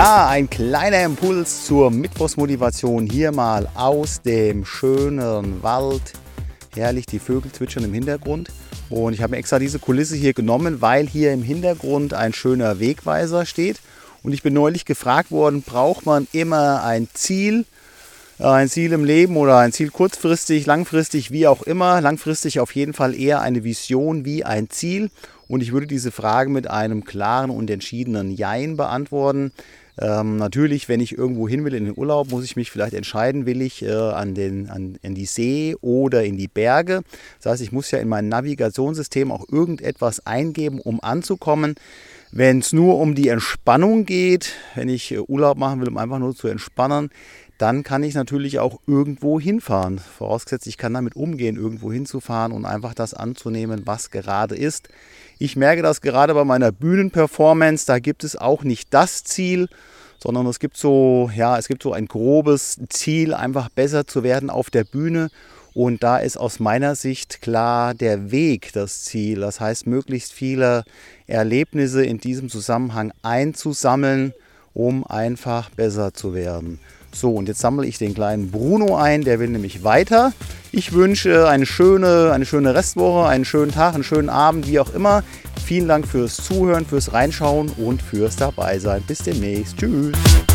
Ja, ein kleiner Impuls zur Mittwochsmotivation hier mal aus dem schönen Wald. Herrlich, die Vögel zwitschern im Hintergrund. Und ich habe mir extra diese Kulisse hier genommen, weil hier im Hintergrund ein schöner Wegweiser steht. Und ich bin neulich gefragt worden, braucht man immer ein Ziel im Leben oder ein Ziel kurzfristig, langfristig, wie auch immer. Langfristig auf jeden Fall eher eine Vision wie ein Ziel. Und ich würde diese Frage mit einem klaren und entschiedenen Jein beantworten. Natürlich, wenn ich irgendwo hin will in den Urlaub, muss ich mich vielleicht entscheiden, will ich in die See oder in die Berge. Das heißt, ich muss ja in mein Navigationssystem auch irgendetwas eingeben, um anzukommen. Wenn es nur um die Entspannung geht, wenn ich Urlaub machen will, um einfach nur zu entspannen, dann kann ich natürlich auch irgendwo hinfahren. Vorausgesetzt, ich kann damit umgehen, irgendwo hinzufahren und einfach das anzunehmen, was gerade ist. Ich merke das gerade bei meiner Bühnenperformance, da gibt es auch nicht das Ziel, sondern es gibt so ein grobes Ziel, einfach besser zu werden auf der Bühne. Und da ist aus meiner Sicht klar der Weg das Ziel. Das heißt, möglichst viele Erlebnisse in diesem Zusammenhang einzusammeln, um einfach besser zu werden. So, und jetzt sammle ich den kleinen Bruno ein, der will nämlich weiter. Ich wünsche eine schöne Restwoche, einen schönen Tag, einen schönen Abend, wie auch immer. Vielen Dank fürs Zuhören, fürs Reinschauen und fürs Dabeisein. Bis demnächst. Tschüss.